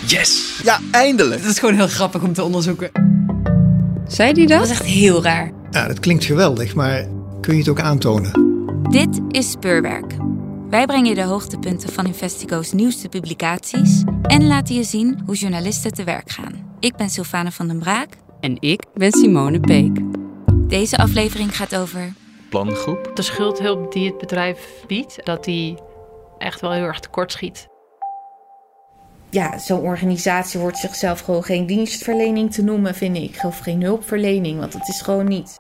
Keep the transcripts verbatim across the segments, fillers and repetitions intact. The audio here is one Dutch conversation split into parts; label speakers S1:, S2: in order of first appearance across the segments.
S1: Yes! Ja, eindelijk!
S2: Dat is gewoon heel grappig om te onderzoeken. Zei die dat?
S3: Dat was echt heel raar.
S4: Ja, dat klinkt geweldig, maar kun je het ook aantonen?
S3: Dit is Speurwerk. Wij brengen je de hoogtepunten van Investigo's nieuwste publicaties en laten je zien hoe journalisten te werk gaan. Ik ben Sylvane van den Braak.
S2: En ik ben Simone Peek.
S3: Deze aflevering gaat over...
S1: Plangroep.
S5: De schuldhulp die het bedrijf biedt, dat die echt wel heel erg tekortschiet.
S6: Ja, zo'n organisatie hoort zichzelf gewoon geen dienstverlening te noemen, vind ik. Of geen hulpverlening, want dat is gewoon niet.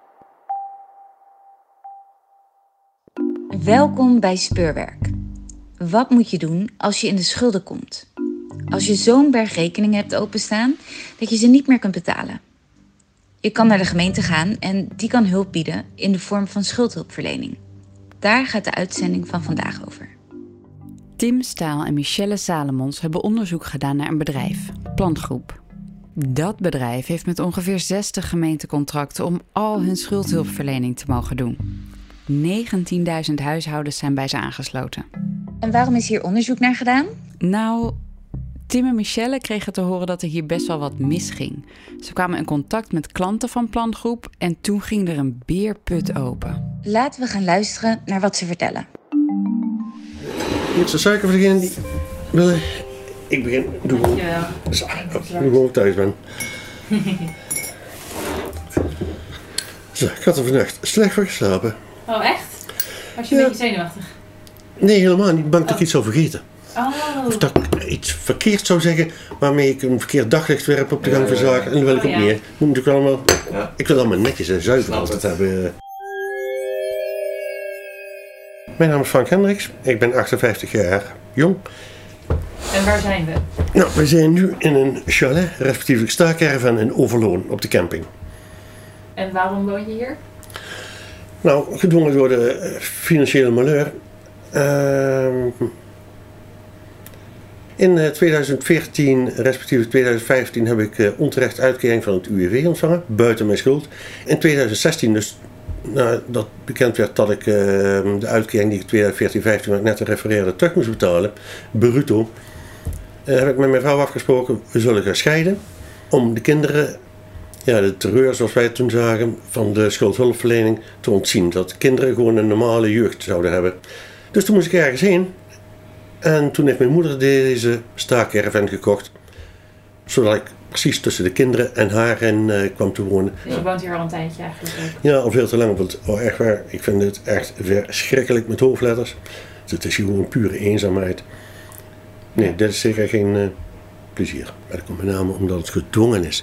S3: Welkom bij Speurwerk. Wat moet je doen als je in de schulden komt? Als je zo'n berg rekeningen hebt openstaan dat je ze niet meer kunt betalen. Je kan naar de gemeente gaan en die kan hulp bieden in de vorm van schuldhulpverlening. Daar gaat de uitzending van vandaag over.
S2: Tim Staal en Michelle Salomons hebben onderzoek gedaan naar een bedrijf, Plangroep. Dat bedrijf heeft met ongeveer zestig gemeentecontracten om al hun schuldhulpverlening te mogen doen. negentienduizend huishoudens zijn bij ze aangesloten.
S3: En waarom is hier onderzoek naar gedaan?
S2: Nou, Tim en Michelle kregen te horen dat er hier best wel wat misging. Ze kwamen in contact met klanten van Plangroep en toen ging er een beerput open.
S3: Laten we gaan luisteren naar wat ze vertellen.
S7: Hier is de suiker voor degene die willen. Ik begin. Doe gewoon.
S5: Ja.
S7: Zo, doe gewoon ik thuis ben. Zo, ik had er vannacht slecht van geslapen.
S5: Oh, echt? Was je
S7: Ja.
S5: een beetje zenuwachtig?
S7: Nee, helemaal niet. Bang dat ik iets zou vergeten.
S5: Oh.
S7: Of dat ik iets verkeerd zou zeggen waarmee ik een verkeerd daglicht werp op de gang van zaken. En dat wil ik
S5: Oh,
S7: ook
S5: ja.
S7: niet. Moet natuurlijk allemaal.
S1: Ja.
S7: Ik wil allemaal netjes en zuiver
S1: Snap
S7: altijd
S1: het.
S7: hebben. Mijn naam is Frank Hendricks. Ik ben achtenvijftig jaar jong.
S5: En waar zijn we?
S7: Nou, we zijn nu in een chalet, respectievelijk staakerven in Overloon op de camping.
S5: En waarom woon je hier?
S7: Nou, gedwongen door de eh, financiële malheur. Uh, in uh, tweeduizend veertien, respectievelijk tweeduizend vijftien, heb ik uh, onterecht uitkering van het U W V ontvangen, buiten mijn schuld. In tweeduizend zestien, dus nou, dat bekend werd dat ik uh, de uitkering die ik tweeduizend veertien vijftien, waar ik net refereerde, terug moest betalen, bruto, uh, heb ik met mijn vrouw afgesproken, we zullen gaan scheiden om de kinderen, ja, de terreur zoals wij het toen zagen van de schuldhulpverlening te ontzien. Dat kinderen gewoon een normale jeugd zouden hebben. Dus toen moest ik ergens heen. En toen heeft mijn moeder deze staakerven gekocht. Zodat ik precies tussen de kinderen en haar in uh, kwam te wonen.
S5: Dus je woont hier al een tijdje eigenlijk ook.
S7: Ja, al veel te lang. Want oh, echt waar, ik vind het echt verschrikkelijk met hoofdletters. Dus het is gewoon pure eenzaamheid. Nee, dit is zeker geen uh, plezier. Maar dat komt met name omdat het gedwongen is.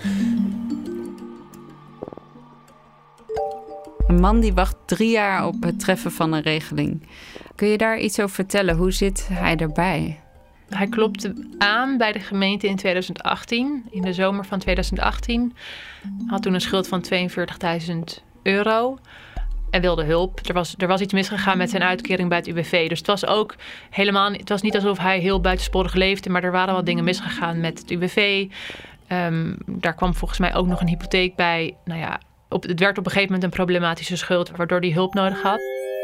S2: Een man die wacht drie jaar op het treffen van een regeling. Kun je daar iets over vertellen? Hoe zit hij erbij?
S5: Hij klopte aan bij de gemeente in tweeduizend achttien, in de zomer van tweeduizend achttien. Had toen een schuld van tweeënveertigduizend euro en wilde hulp. Er was, er was iets misgegaan met zijn uitkering bij het U W V. Dus het was ook helemaal het was niet alsof hij heel buitensporig leefde, maar er waren wel dingen misgegaan met het U W V. Um, daar kwam volgens mij ook nog een hypotheek bij. Nou ja, op, het werd op een gegeven moment een problematische schuld, waardoor hij hulp nodig had.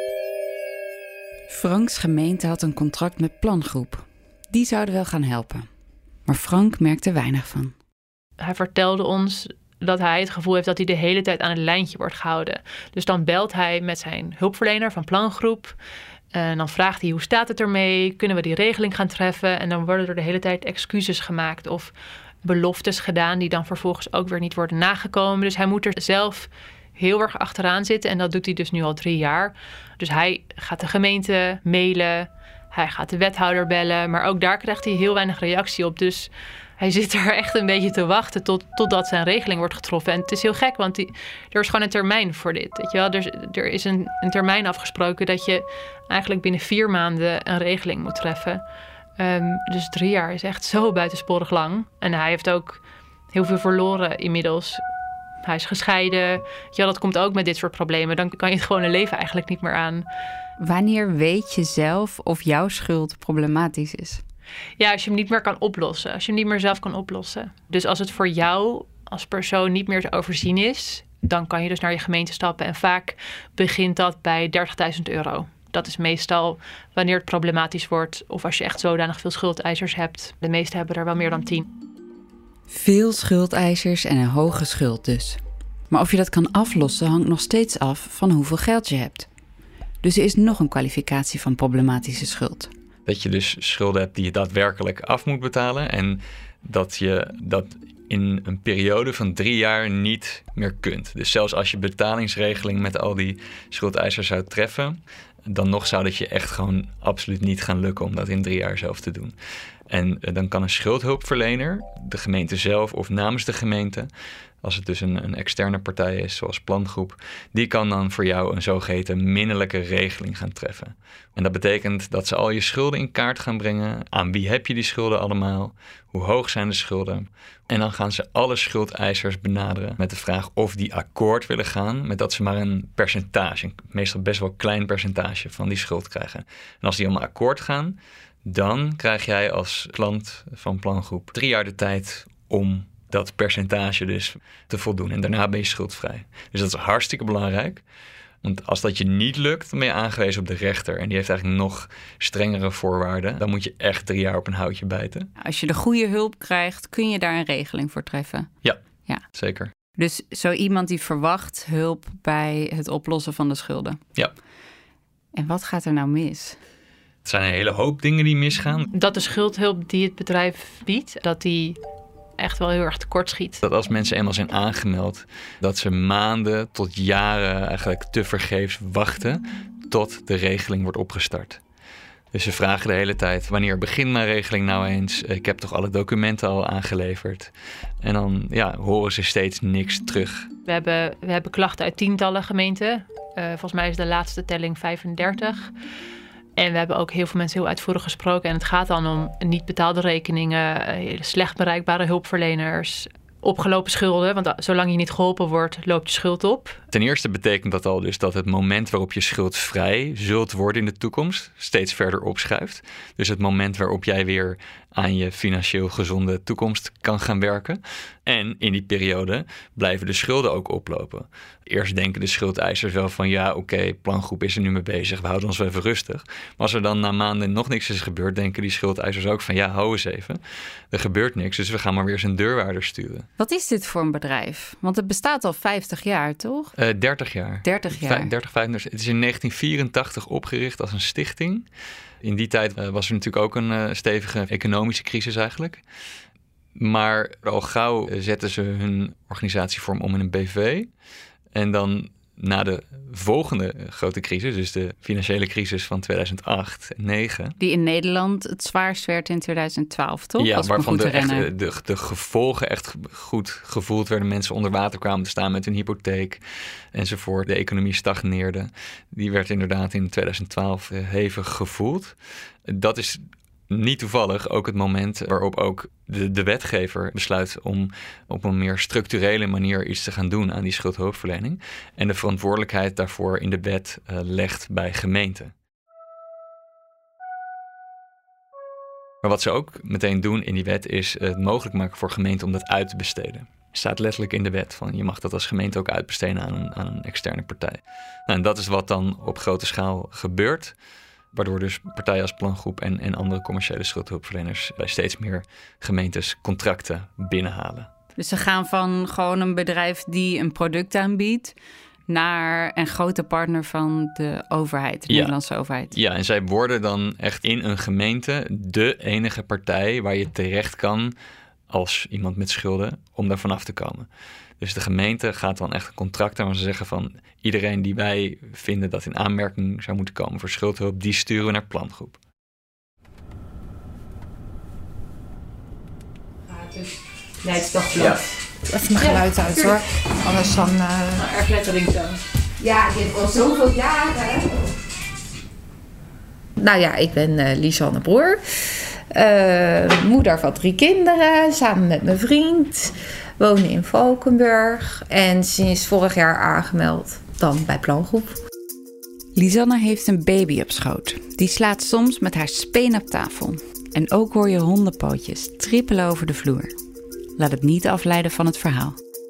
S2: Franks gemeente had een contract met Plangroep. Die zouden wel gaan helpen. Maar Frank merkte weinig van.
S5: Hij vertelde ons dat hij het gevoel heeft dat hij de hele tijd aan het lijntje wordt gehouden. Dus dan belt hij met zijn hulpverlener van Plangroep. En dan vraagt hij, hoe staat het ermee? Kunnen we die regeling gaan treffen? En dan worden er de hele tijd excuses gemaakt of beloftes gedaan die dan vervolgens ook weer niet worden nagekomen. Dus hij moet er zelf heel erg achteraan zitten. En dat doet hij dus nu al drie jaar. Dus hij gaat de gemeente mailen. Hij gaat de wethouder bellen. Maar ook daar krijgt hij heel weinig reactie op. Dus hij zit er echt een beetje te wachten tot, totdat zijn regeling wordt getroffen. En het is heel gek, want die, er is gewoon een termijn voor dit. Weet je wel? Er, er is een, een termijn afgesproken dat je eigenlijk binnen vier maanden een regeling moet treffen. Um, dus drie jaar is echt zo buitensporig lang. En hij heeft ook heel veel verloren inmiddels. Hij is gescheiden. Ja, dat komt ook met dit soort problemen. Dan kan je het gewone leven eigenlijk niet meer aan.
S2: Wanneer weet je zelf of jouw schuld problematisch is?
S5: Ja, als je hem niet meer kan oplossen. Als je hem niet meer zelf kan oplossen. Dus als het voor jou als persoon niet meer te overzien is, dan kan je dus naar je gemeente stappen. En vaak begint dat bij dertigduizend euro. Dat is meestal wanneer het problematisch wordt of als je echt zodanig veel schuldeisers hebt. De meeste hebben er wel meer dan tien.
S2: Veel schuldeisers en een hoge schuld dus. Maar of je dat kan aflossen hangt nog steeds af van hoeveel geld je hebt. Dus er is nog een kwalificatie van problematische schuld.
S8: Dat je dus schulden hebt die je daadwerkelijk af moet betalen en dat je dat in een periode van drie jaar niet meer kunt. Dus zelfs als je betalingsregeling met al die schuldeisers zou treffen, dan nog zou dat je echt gewoon absoluut niet gaan lukken om dat in drie jaar zelf te doen. En dan kan een schuldhulpverlener, de gemeente zelf of namens de gemeente, als het dus een, een externe partij is, zoals Plangroep, die kan dan voor jou een zogeheten minnelijke regeling gaan treffen. En dat betekent dat ze al je schulden in kaart gaan brengen. Aan wie heb je die schulden allemaal? Hoe hoog zijn de schulden? En dan gaan ze alle schuldeisers benaderen met de vraag of die akkoord willen gaan met dat ze maar een percentage, meestal best wel klein percentage van die schuld krijgen. En als die allemaal akkoord gaan, dan krijg jij als klant van Plangroep drie jaar de tijd om dat percentage dus te voldoen. En daarna ben je schuldvrij. Dus dat is hartstikke belangrijk. Want als dat je niet lukt, dan ben je aangewezen op de rechter. En die heeft eigenlijk nog strengere voorwaarden. Dan moet je echt drie jaar op een houtje bijten.
S2: Als je de goede hulp krijgt, kun je daar een regeling voor treffen.
S8: Ja,
S2: ja.
S8: Zeker.
S2: Dus zo iemand die verwacht hulp bij het oplossen van de schulden.
S8: Ja.
S2: En wat gaat er nou mis?
S8: Het zijn een hele hoop dingen die misgaan.
S5: Dat de schuldhulp die het bedrijf biedt, dat die echt wel heel erg tekortschiet.
S8: Dat als mensen eenmaal zijn aangemeld, dat ze maanden tot jaren eigenlijk tevergeefs wachten tot de regeling wordt opgestart. Dus ze vragen de hele tijd, wanneer begint mijn regeling nou eens? Ik heb toch alle documenten al aangeleverd? En dan ja, horen ze steeds niks terug.
S5: We hebben, we hebben klachten uit tientallen gemeenten. Uh, volgens mij is de laatste telling vijfendertig. En we hebben ook heel veel mensen heel uitvoerig gesproken. En het gaat dan om niet betaalde rekeningen, slecht bereikbare hulpverleners, opgelopen schulden. Want zolang je niet geholpen wordt, loopt je schuld op.
S8: Ten eerste betekent dat al dus dat het moment waarop je schuldvrij zult worden in de toekomst steeds verder opschuift. Dus het moment waarop jij weer aan je financieel gezonde toekomst kan gaan werken. En in die periode blijven de schulden ook oplopen. Eerst denken de schuldeisers wel van ja, oké, okay, Plangroep is er nu mee bezig, we houden ons wel even rustig. Maar als er dan na maanden nog niks is gebeurd, denken die schuldeisers ook van ja, hou eens even. Er gebeurt niks, dus we gaan maar weer eens een deurwaarder sturen.
S2: Wat is dit voor een bedrijf? Want het bestaat al vijftig jaar, toch?
S8: Uh, dertig jaar.
S2: dertig jaar.
S8: dertig, vijfendertig. Het is in negentien vierentachtig opgericht als een stichting. In die tijd uh, was er natuurlijk ook een uh, stevige economische crisis eigenlijk. Maar al gauw zetten ze hun organisatievorm om in een B V. En dan na de volgende grote crisis, dus de financiële crisis van tweeduizend acht en negen.
S2: Die in Nederland het zwaarst werd in tweeduizend twaalf, toch?
S8: Ja,
S2: Als
S8: waarvan de, echt, de, de gevolgen echt goed gevoeld werden. Mensen onder water kwamen te staan met hun hypotheek enzovoort. De economie stagneerde. Die werd inderdaad in tweeduizend twaalf hevig gevoeld. Dat is niet toevallig ook het moment waarop ook de, de wetgever besluit om op een meer structurele manier iets te gaan doen aan die schuldhulpverlening. En de verantwoordelijkheid daarvoor in de wet uh, legt bij gemeenten. Maar wat ze ook meteen doen in die wet is het mogelijk maken voor gemeenten om dat uit te besteden. Er staat letterlijk in de wet van je mag dat als gemeente ook uitbesteden aan een, aan een externe partij. Nou, en dat is wat dan op grote schaal gebeurt. Waardoor dus partijen als Plangroep en, en andere commerciële schuldhulpverleners bij steeds meer gemeentes contracten binnenhalen.
S2: Dus ze gaan van gewoon een bedrijf die een product aanbiedt naar een grote partner van de overheid, de ja. Nederlandse overheid.
S8: Ja, en zij worden dan echt in een gemeente de enige partij waar je terecht kan als iemand met schulden om daar vanaf te komen. Dus de gemeente gaat dan echt een contract aan waar ze zeggen van iedereen die wij vinden dat in aanmerking zou moeten komen voor schuldhulp, die sturen we naar Plangroep.
S6: Nee, het is toch plat.
S9: Ja. Even mijn geluid ja, uit hoor. Anders dan... Uh...
S6: Nou, erflettering zo.
S9: Ja, je hebt al zoveel jaren. Nou ja, ik ben uh, Lisanne Broer. Uh, moeder van drie kinderen, samen met mijn vriend. Wonen in Valkenburg en sinds vorig jaar aangemeld dan bij Plangroep.
S2: Lisanne heeft een baby op schoot. Die slaat soms met haar speen op tafel. En ook hoor je hondenpootjes trippelen over de vloer. Laat het niet afleiden van het verhaal.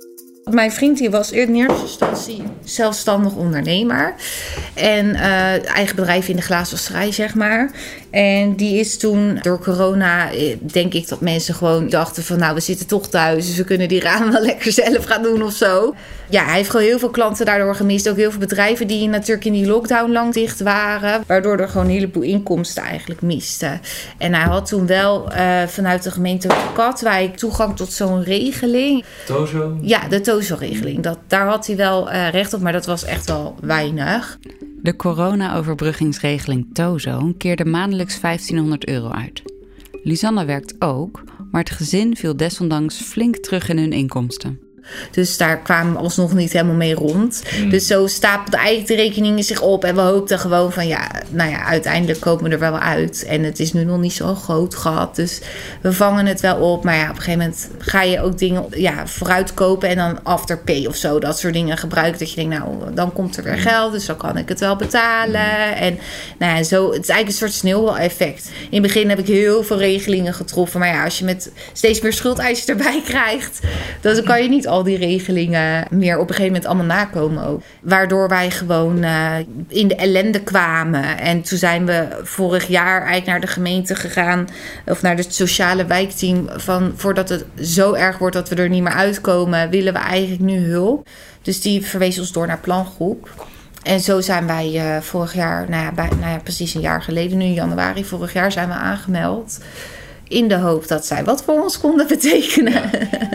S9: Mijn vriend die was in eerste instantie zelfstandig ondernemer. En uh, eigen bedrijf in de glaaswasserij, zeg maar. En die is toen door corona, denk ik dat mensen gewoon dachten van... nou, we zitten toch thuis, dus we kunnen die ramen wel lekker zelf gaan doen of zo. Ja, hij heeft gewoon heel veel klanten daardoor gemist. Ook heel veel bedrijven die natuurlijk in die lockdown lang dicht waren. Waardoor er gewoon een heleboel inkomsten eigenlijk misten. En hij had toen wel uh, vanuit de gemeente Katwijk toegang tot zo'n regeling.
S8: Tozo?
S9: Ja, de Tozo-regeling. Dat, daar had hij wel uh, recht op, maar dat was echt wel weinig.
S2: De corona-overbruggingsregeling Tozo keerde maandelijks vijftienhonderd euro uit. Lisanne werkt ook, maar het gezin viel desondanks flink terug in hun inkomsten.
S9: Dus daar kwamen we alsnog niet helemaal mee rond. Mm. Dus zo stapelden eigenlijk de rekeningen zich op. En we hoopten gewoon van ja, nou ja, uiteindelijk komen we er wel uit. En het is nu nog niet zo'n groot gat. Dus we vangen het wel op. Maar ja, op een gegeven moment ga je ook dingen ja, vooruit kopen. En dan afterpay of zo. Dat soort dingen gebruiken. Dat je denkt, nou, dan komt er weer geld. Dus dan kan ik het wel betalen. En nou ja, zo, het is eigenlijk een soort sneeuwbaleffect. In het begin heb ik heel veel regelingen getroffen. Maar ja, als je met steeds meer schuldeisers erbij krijgt, dan kan je niet al die regelingen meer op een gegeven moment allemaal nakomen ook. Waardoor wij gewoon uh, in de ellende kwamen. En toen zijn we vorig jaar eigenlijk naar de gemeente gegaan, of naar het sociale wijkteam, van voordat het zo erg wordt dat we er niet meer uitkomen, willen we eigenlijk nu hulp. Dus die verwees ons door naar plangroep. En zo zijn wij uh, vorig jaar, nou ja, bij, nou ja, precies een jaar geleden, nu in januari vorig jaar, zijn we aangemeld. In de hoop dat zij wat voor ons konden betekenen. Ja.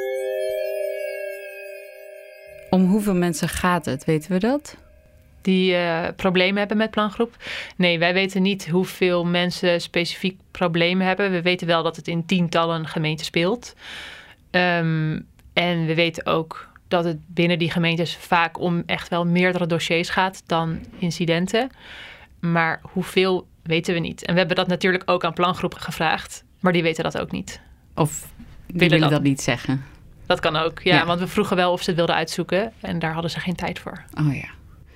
S2: Om hoeveel mensen gaat het, weten we dat?
S5: Die uh, problemen hebben met plangroep? Nee, wij weten niet hoeveel mensen specifiek problemen hebben. We weten wel dat het in tientallen gemeenten speelt. Um, en we weten ook dat het binnen die gemeentes vaak om echt wel meerdere dossiers gaat dan incidenten. Maar hoeveel weten we niet. En we hebben dat natuurlijk ook aan plangroep gevraagd, maar die weten dat ook niet.
S2: Of willen, willen dat, dat niet zeggen?
S5: Dat kan ook, ja, ja. Want we vroegen wel of ze het wilden uitzoeken en daar hadden ze geen tijd voor.
S2: Oh ja.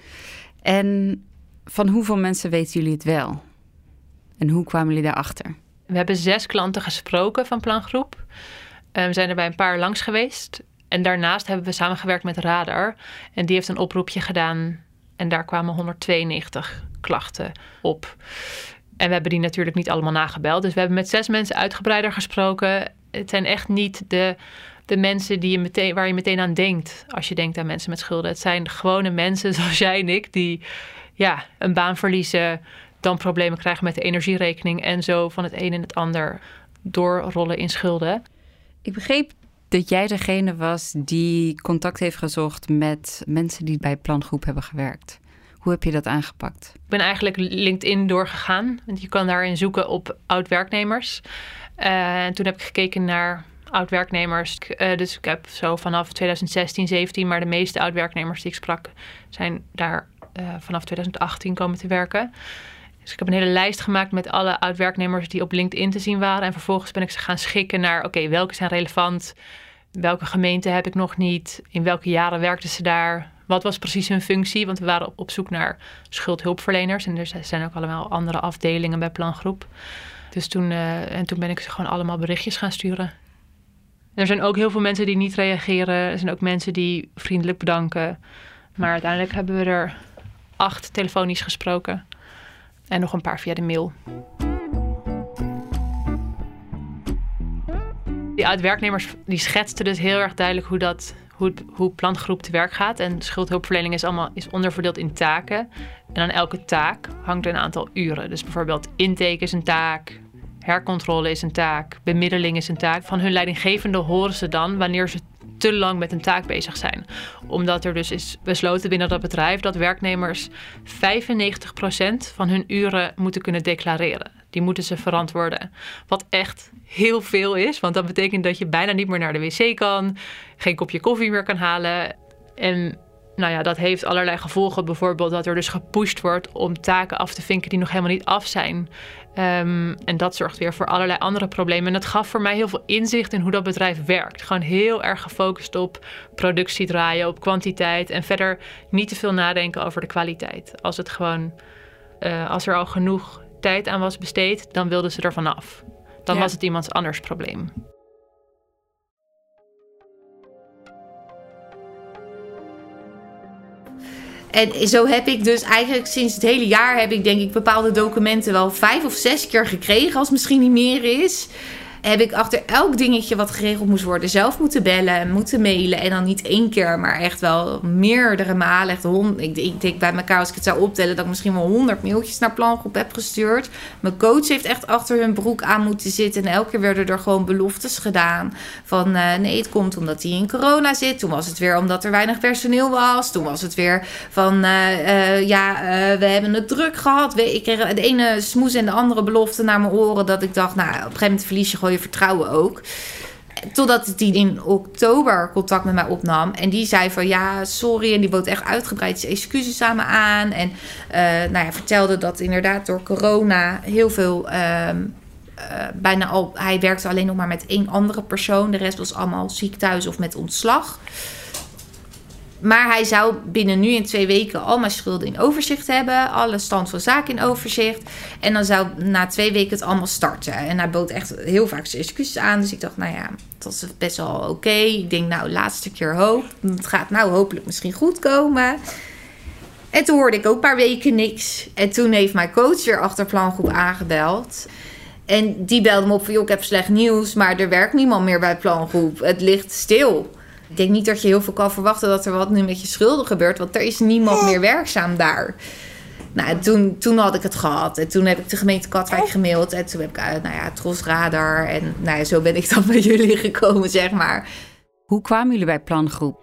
S2: En van hoeveel mensen weten jullie het wel? En hoe kwamen jullie daarachter?
S5: We hebben zes klanten gesproken van plangroep. We zijn er bij een paar langs geweest. En daarnaast hebben we samengewerkt met Radar. En die heeft een oproepje gedaan. En daar kwamen honderdtweeënnegentig klachten op. En we hebben die natuurlijk niet allemaal nagebeld. Dus we hebben met zes mensen uitgebreider gesproken. Het zijn echt niet de... de mensen die je meteen, waar je meteen aan denkt als je denkt aan mensen met schulden. Het zijn gewone mensen zoals jij en ik die ja, een baan verliezen, dan problemen krijgen met de energierekening en zo van het een en het ander doorrollen in schulden.
S2: Ik begreep dat jij degene was die contact heeft gezocht met mensen die bij plangroep hebben gewerkt. Hoe heb je dat aangepakt?
S5: Ik ben eigenlijk LinkedIn doorgegaan. Want je kan daarin zoeken op oud-werknemers. Uh, en toen heb ik gekeken naar oud-werknemers. Uh, dus ik heb zo vanaf twintig zestien, zeventien... maar de meeste oud-werknemers die ik sprak zijn daar uh, vanaf twintig achttien komen te werken. Dus ik heb een hele lijst gemaakt met alle oud-werknemers die op LinkedIn te zien waren. En vervolgens ben ik ze gaan schikken naar, oké, okay, welke zijn relevant? Welke gemeente heb ik nog niet? In welke jaren werkten ze daar? Wat was precies hun functie? Want we waren op, op zoek naar schuldhulpverleners. En er zijn ook allemaal andere afdelingen bij plangroep. Dus toen, uh, en toen ben ik ze gewoon allemaal berichtjes gaan sturen. En er zijn ook heel veel mensen die niet reageren. Er zijn ook mensen die vriendelijk bedanken. Maar uiteindelijk hebben we er acht telefonisch gesproken. En nog een paar via de mail. Die oud-werknemers die schetsten dus heel erg duidelijk hoe, dat, hoe, hoe plangroep te werk gaat. En schuldhulpverlening is, allemaal, is onderverdeeld in taken. En aan elke taak hangt een aantal uren. Dus bijvoorbeeld intake is een taak, hercontrole is een taak, bemiddeling is een taak. Van hun leidinggevende horen ze dan wanneer ze te lang met een taak bezig zijn. Omdat er dus is besloten binnen dat bedrijf dat werknemers vijfennegentig procent van hun uren moeten kunnen declareren. Die moeten ze verantwoorden. Wat echt heel veel is, want dat betekent dat je bijna niet meer naar de wc kan, geen kopje koffie meer kan halen. En nou ja, dat heeft allerlei gevolgen. Bijvoorbeeld dat er dus gepusht wordt om taken af te vinken die nog helemaal niet af zijn. Um, en dat zorgt weer voor allerlei andere problemen. En dat gaf voor mij heel veel inzicht in hoe dat bedrijf werkt. Gewoon heel erg gefocust op productie draaien, op kwantiteit. En verder niet te veel nadenken over de kwaliteit. Als het gewoon, uh, als er al genoeg tijd aan was besteed, dan wilden ze er vanaf. Dan ja. was het iemands anders probleem.
S9: En zo heb ik dus eigenlijk sinds het hele jaar... heb ik denk ik bepaalde documenten wel vijf of zes keer gekregen... als het misschien niet meer is... heb ik achter elk dingetje wat geregeld moest worden... zelf moeten bellen en moeten mailen. En dan niet één keer, maar echt wel meerdere malen. Echt hond, ik, ik denk bij elkaar, als ik het zou optellen... dat ik misschien wel honderd mailtjes naar Plangroep heb gestuurd. Mijn coach heeft echt achter hun broek aan moeten zitten... en elke keer werden er gewoon beloftes gedaan. Van uh, nee, het komt omdat hij in corona zit. Toen was het weer omdat er weinig personeel was. Toen was het weer van... Uh, uh, ja, uh, we hebben het druk gehad. Ik kreeg de ene smoes en de andere belofte naar mijn oren... dat ik dacht, nou, op een gegeven moment verlies je gewoon je vertrouwen ook. Totdat hij in oktober contact met mij opnam. En die zei van ja, sorry. En die bood echt uitgebreid zijn excuses aan me aan. En uh, nou ja, vertelde dat inderdaad door corona heel veel... Uh, uh, bijna al, hij werkte alleen nog maar met één andere persoon. De rest was allemaal ziek thuis of met ontslag. Maar hij zou binnen nu in twee weken al mijn schulden in overzicht hebben. Alle stand van zaken in overzicht. En dan zou na twee weken het allemaal starten. En hij bood echt heel vaak zijn excuses aan. Dus ik dacht, nou ja, dat is best wel oké. Okay. Ik denk, nou, laatste keer hoop. Het gaat nou hopelijk misschien goed komen. En toen hoorde ik ook een paar weken niks. En toen heeft mijn coach weer achter Plangroep aangebeld. En die belde me op van, joh, ik heb slecht nieuws. Maar er werkt niemand meer bij Plangroep. Het ligt stil. Ik denk niet dat je heel veel kan verwachten dat er wat nu met je schulden gebeurt. Want er is niemand meer werkzaam daar. Nou, toen, toen had ik het gehad. En toen heb ik de gemeente Katwijk gemaild. En toen heb ik, nou ja, Trosradar. En nou ja, zo ben ik dan bij jullie gekomen, zeg maar.
S2: Hoe kwamen jullie bij Plangroep?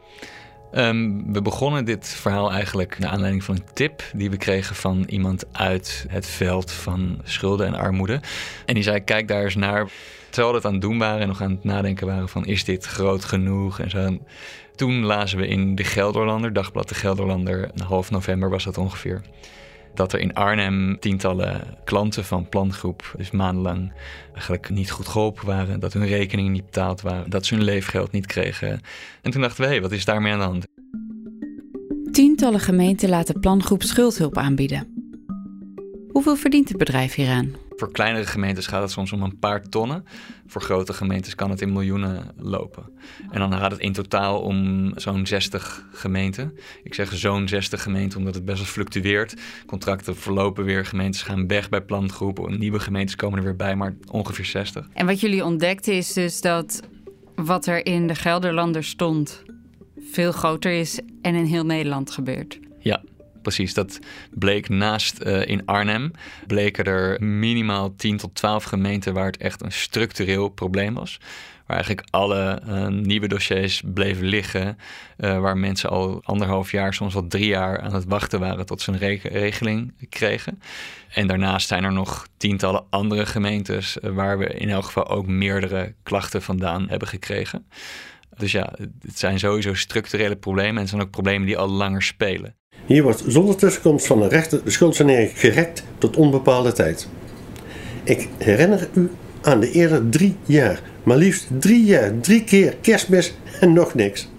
S8: Um, we begonnen dit verhaal eigenlijk naar aanleiding van een tip die we kregen van iemand uit het veld van schulden en armoede. En die zei, kijk daar eens naar. Terwijl we het aan het doen waren en nog aan het nadenken waren van, is dit groot genoeg? En zo. En toen lazen we in de Gelderlander, dagblad de Gelderlander, half november was dat ongeveer, dat er in Arnhem tientallen klanten van Plangroep dus maandenlang eigenlijk niet goed geholpen waren, dat hun rekeningen niet betaald waren, dat ze hun leefgeld niet kregen. En toen dachten we, hé, hey, wat is daarmee aan de hand?
S2: Tientallen gemeenten laten Plangroep schuldhulp aanbieden. Hoeveel verdient het bedrijf hieraan?
S8: Voor kleinere gemeentes gaat het soms om een paar tonnen. Voor grote gemeentes kan het in miljoenen lopen. En dan gaat het in totaal om zo'n zestig gemeenten. Ik zeg zo'n zestig gemeenten omdat het best wel fluctueert. Contracten verlopen weer, gemeentes gaan weg bij Plangroep. Nieuwe gemeentes komen er weer bij, maar ongeveer zestig.
S2: En wat jullie ontdekten is dus dat wat er in de Gelderlander stond veel groter is en in heel Nederland gebeurt.
S8: Ja. Precies, dat bleek naast uh, in Arnhem, bleken er minimaal tien tot twaalf gemeenten waar het echt een structureel probleem was. Waar eigenlijk alle uh, nieuwe dossiers bleven liggen, uh, waar mensen al anderhalf jaar, soms wel drie jaar aan het wachten waren tot ze een re- regeling kregen. En daarnaast zijn er nog tientallen andere gemeentes uh, waar we in elk geval ook meerdere klachten vandaan hebben gekregen. Dus ja, het zijn sowieso structurele problemen en het zijn ook problemen die al langer spelen.
S7: Hier wordt zonder tussenkomst van een rechter de schuldsanering gerekt tot onbepaalde tijd. Ik herinner u aan de eerder drie jaar. Maar liefst drie jaar, drie keer Kerstmis en nog niks.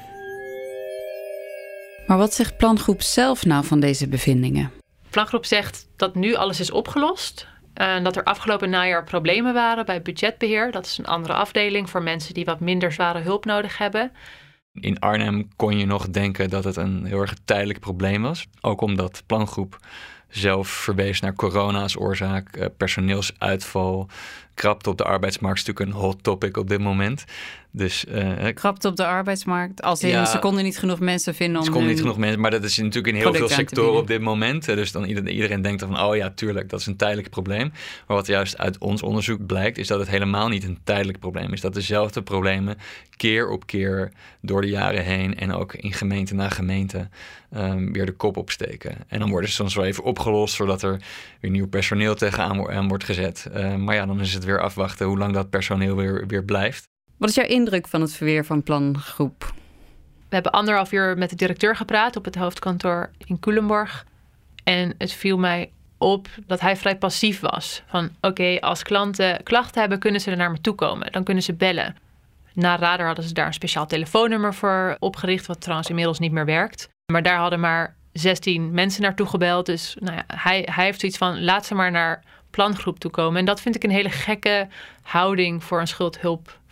S2: Maar wat zegt Plangroep zelf nou van deze bevindingen?
S5: Plangroep zegt dat nu alles is opgelost. En dat er afgelopen najaar problemen waren bij budgetbeheer. Dat is een andere afdeling voor mensen die wat minder zware hulp nodig hebben.
S8: In Arnhem kon je nog denken dat het een heel erg tijdelijk probleem was. Ook omdat Plangroep zelf verwees naar corona als oorzaak, personeelsuitval, krapte op de arbeidsmarkt is natuurlijk een hot topic op dit moment. Dus, uh,
S2: krapte op de arbeidsmarkt, als in ja, ze konden niet genoeg mensen vinden om
S8: ze konden niet genoeg mensen, maar dat is natuurlijk in heel veel sectoren op dit moment. Dus dan iedereen, iedereen denkt dan van, oh ja, tuurlijk, dat is een tijdelijk probleem. Maar wat juist uit ons onderzoek blijkt, is dat het helemaal niet een tijdelijk probleem is. Dat dezelfde problemen keer op keer door de jaren heen en ook in gemeente na gemeente um, weer de kop opsteken. En dan worden ze soms wel even opgelost, zodat er weer nieuw personeel tegenaan wordt gezet. Uh, maar ja, dan is het weer afwachten hoe lang dat personeel weer, weer blijft.
S2: Wat is jouw indruk van het verweer van Plangroep?
S5: We hebben anderhalf uur met de directeur gepraat op het hoofdkantoor in Culemborg. En het viel mij op dat hij vrij passief was. Van oké, okay, als klanten klachten hebben, kunnen ze er naar me toe komen. Dan kunnen ze bellen. Na Radar hadden ze daar een speciaal telefoonnummer voor opgericht, wat trouwens inmiddels niet meer werkt. Maar daar hadden maar zestien mensen naartoe gebeld. Dus nou ja, hij, hij heeft zoiets van, laat ze maar naar Plangroep toe komen. En dat vind ik een hele gekke houding voor een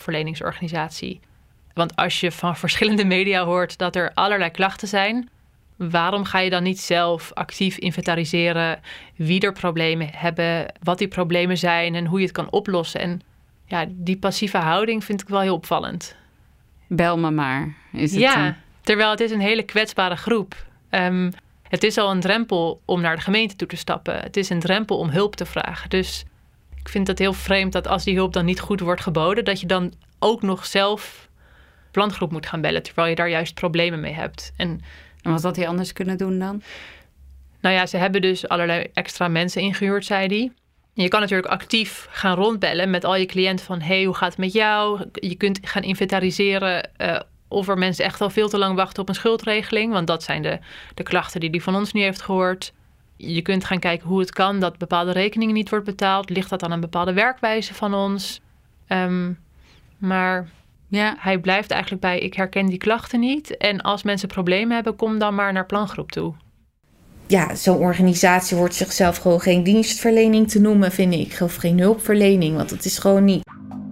S5: schuldhulpverleningsorganisatie. Want als je van verschillende media hoort dat er allerlei klachten zijn, waarom ga je dan niet zelf actief inventariseren wie er problemen hebben, wat die problemen zijn en hoe je het kan oplossen? En ja, die passieve houding vind ik wel heel opvallend.
S2: Bel me maar, is het
S5: Ja,
S2: dan?
S5: Terwijl het is een hele kwetsbare groep. Um, het is al een drempel om naar de gemeente toe te stappen. Het is een drempel om hulp te vragen. Dus ik vind het heel vreemd dat als die hulp dan niet goed wordt geboden, dat je dan ook nog zelf plangroep moet gaan bellen, terwijl je daar juist problemen mee hebt. En,
S2: en wat had hij anders kunnen doen dan?
S5: Nou ja, ze hebben dus allerlei extra mensen ingehuurd, zei hij. Je kan natuurlijk actief gaan rondbellen met al je cliënten van, hey, hoe gaat het met jou? Je kunt gaan inventariseren uh, of er mensen echt al veel te lang wachten op een schuldregeling. Want dat zijn de, de klachten die hij van ons nu heeft gehoord. Je kunt gaan kijken hoe het kan dat bepaalde rekeningen niet wordt betaald. Ligt dat aan een bepaalde werkwijze van ons? Um, maar ja, hij blijft eigenlijk bij, ik herken die klachten niet. En als mensen problemen hebben, kom dan maar naar plangroep toe.
S6: Ja, zo'n organisatie hoort zichzelf gewoon geen dienstverlening te noemen, vind ik. Of geen hulpverlening, want dat is gewoon niet.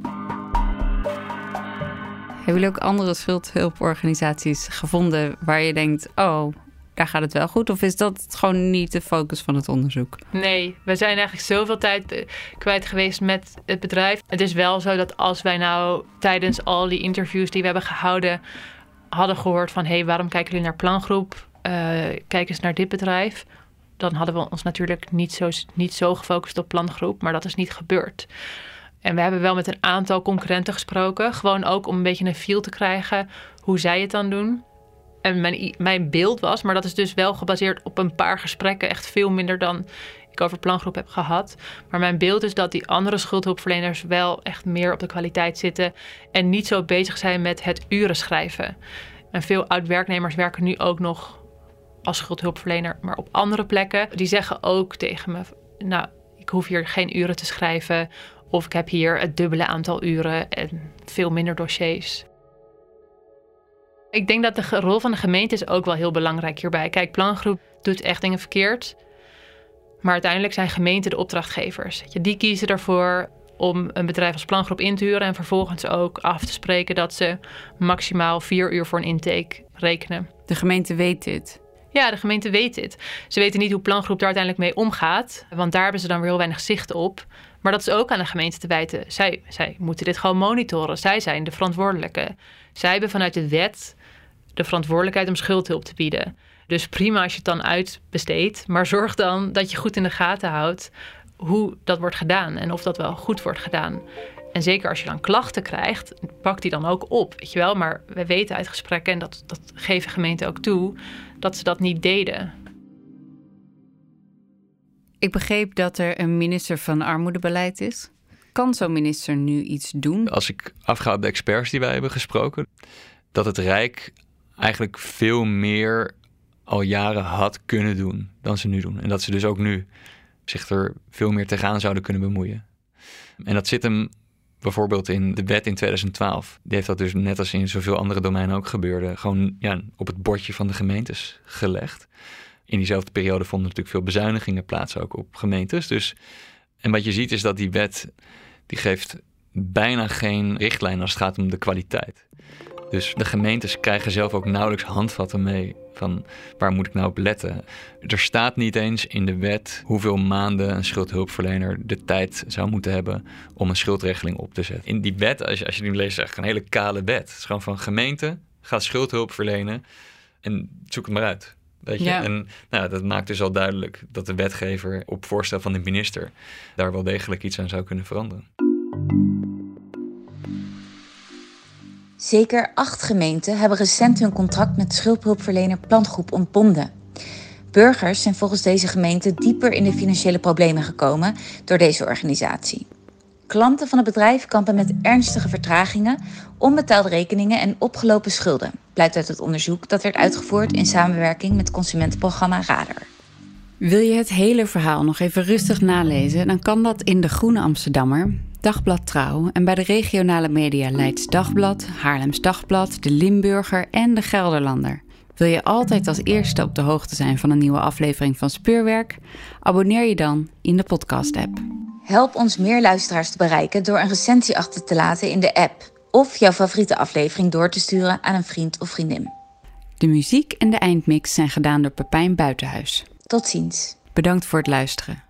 S2: Hebben jullie ook andere schuldhulporganisaties gevonden waar je denkt, oh, daar gaat het wel goed? Of is dat gewoon niet de focus van het onderzoek?
S5: Nee, we zijn eigenlijk zoveel tijd kwijt geweest met het bedrijf. Het is wel zo dat als wij nou tijdens al die interviews die we hebben gehouden hadden gehoord van, hé, hey, waarom kijken jullie naar plangroep? Uh, kijk eens naar dit bedrijf. Dan hadden we ons natuurlijk niet zo, niet zo gefocust op plangroep, maar dat is niet gebeurd. En we hebben wel met een aantal concurrenten gesproken. Gewoon ook om een beetje een feel te krijgen hoe zij het dan doen. En mijn, mijn beeld was, maar dat is dus wel gebaseerd op een paar gesprekken. Echt veel minder dan ik over plangroep heb gehad. Maar mijn beeld is dat die andere schuldhulpverleners wel echt meer op de kwaliteit zitten. En niet zo bezig zijn met het uren schrijven. En veel oud-werknemers werken nu ook nog als schuldhulpverlener, maar op andere plekken. Die zeggen ook tegen me, nou, ik hoef hier geen uren te schrijven. Of ik heb hier het dubbele aantal uren en veel minder dossiers. Ik denk dat de rol van de gemeente is ook wel heel belangrijk hierbij. Kijk, plangroep doet echt dingen verkeerd. Maar uiteindelijk zijn gemeenten de opdrachtgevers. Die kiezen ervoor om een bedrijf als plangroep in te huren en vervolgens ook af te spreken dat ze maximaal vier uur voor een intake rekenen.
S2: De gemeente weet dit.
S5: Ja, de gemeente weet dit. Ze weten niet hoe plangroep daar uiteindelijk mee omgaat, want daar hebben ze dan weer heel weinig zicht op. Maar dat is ook aan de gemeente te wijten. Zij, zij moeten dit gewoon monitoren. Zij zijn de verantwoordelijke. Zij hebben vanuit de wet de verantwoordelijkheid om schuldhulp te bieden. Dus prima als je het dan uitbesteedt, maar zorg dan dat je goed in de gaten houdt hoe dat wordt gedaan en of dat wel goed wordt gedaan. En zeker als je dan klachten krijgt, pak die dan ook op, weet je wel. Maar we weten uit gesprekken, en dat, dat geven gemeenten ook toe, dat ze dat niet deden.
S2: Ik begreep dat er een minister van armoedebeleid is. Kan zo'n minister nu iets doen?
S8: Als ik afga op de experts die wij hebben gesproken, dat het Rijk eigenlijk veel meer al jaren had kunnen doen dan ze nu doen. En dat ze dus ook nu zich er veel meer tegenaan zouden kunnen bemoeien. En dat zit hem bijvoorbeeld in de wet in tweeduizend twaalf. Die heeft dat dus net als in zoveel andere domeinen ook gebeurde, gewoon ja, op het bordje van de gemeentes gelegd. In diezelfde periode vonden natuurlijk veel bezuinigingen plaats ook op gemeentes. Dus, en wat je ziet is dat die wet, die geeft bijna geen richtlijn als het gaat om de kwaliteit. Dus de gemeentes krijgen zelf ook nauwelijks handvatten mee van waar moet ik nou op letten. Er staat niet eens in de wet hoeveel maanden een schuldhulpverlener de tijd zou moeten hebben om een schuldregeling op te zetten. In die wet, als je, als je die leest, is echt een hele kale wet. Het is gewoon van gemeente, ga schuldhulp verlenen en zoek het maar uit. Weet je? Ja. En nou, dat maakt dus al duidelijk dat de wetgever op voorstel van de minister daar wel degelijk iets aan zou kunnen veranderen.
S3: Zeker acht gemeenten hebben recent hun contract met schuldhulpverlener Plangroep ontbonden. Burgers zijn volgens deze gemeente dieper in de financiële problemen gekomen door deze organisatie. Klanten van het bedrijf kampen met ernstige vertragingen, onbetaalde rekeningen en opgelopen schulden, blijkt uit het onderzoek dat werd uitgevoerd in samenwerking met consumentenprogramma Radar.
S2: Wil je het hele verhaal nog even rustig nalezen, dan kan dat in de Groene Amsterdammer, Dagblad Trouw en bij de regionale media Leids Dagblad, Haarlems Dagblad, de Limburger en de Gelderlander. Wil je altijd als eerste op de hoogte zijn van een nieuwe aflevering van Speurwerk? Abonneer je dan in de podcast-app.
S3: Help ons meer luisteraars te bereiken door een recensie achter te laten in de app of jouw favoriete aflevering door te sturen aan een vriend of vriendin.
S2: De muziek en de eindmix zijn gedaan door Pepijn Buitenhuis.
S3: Tot ziens.
S2: Bedankt voor het luisteren.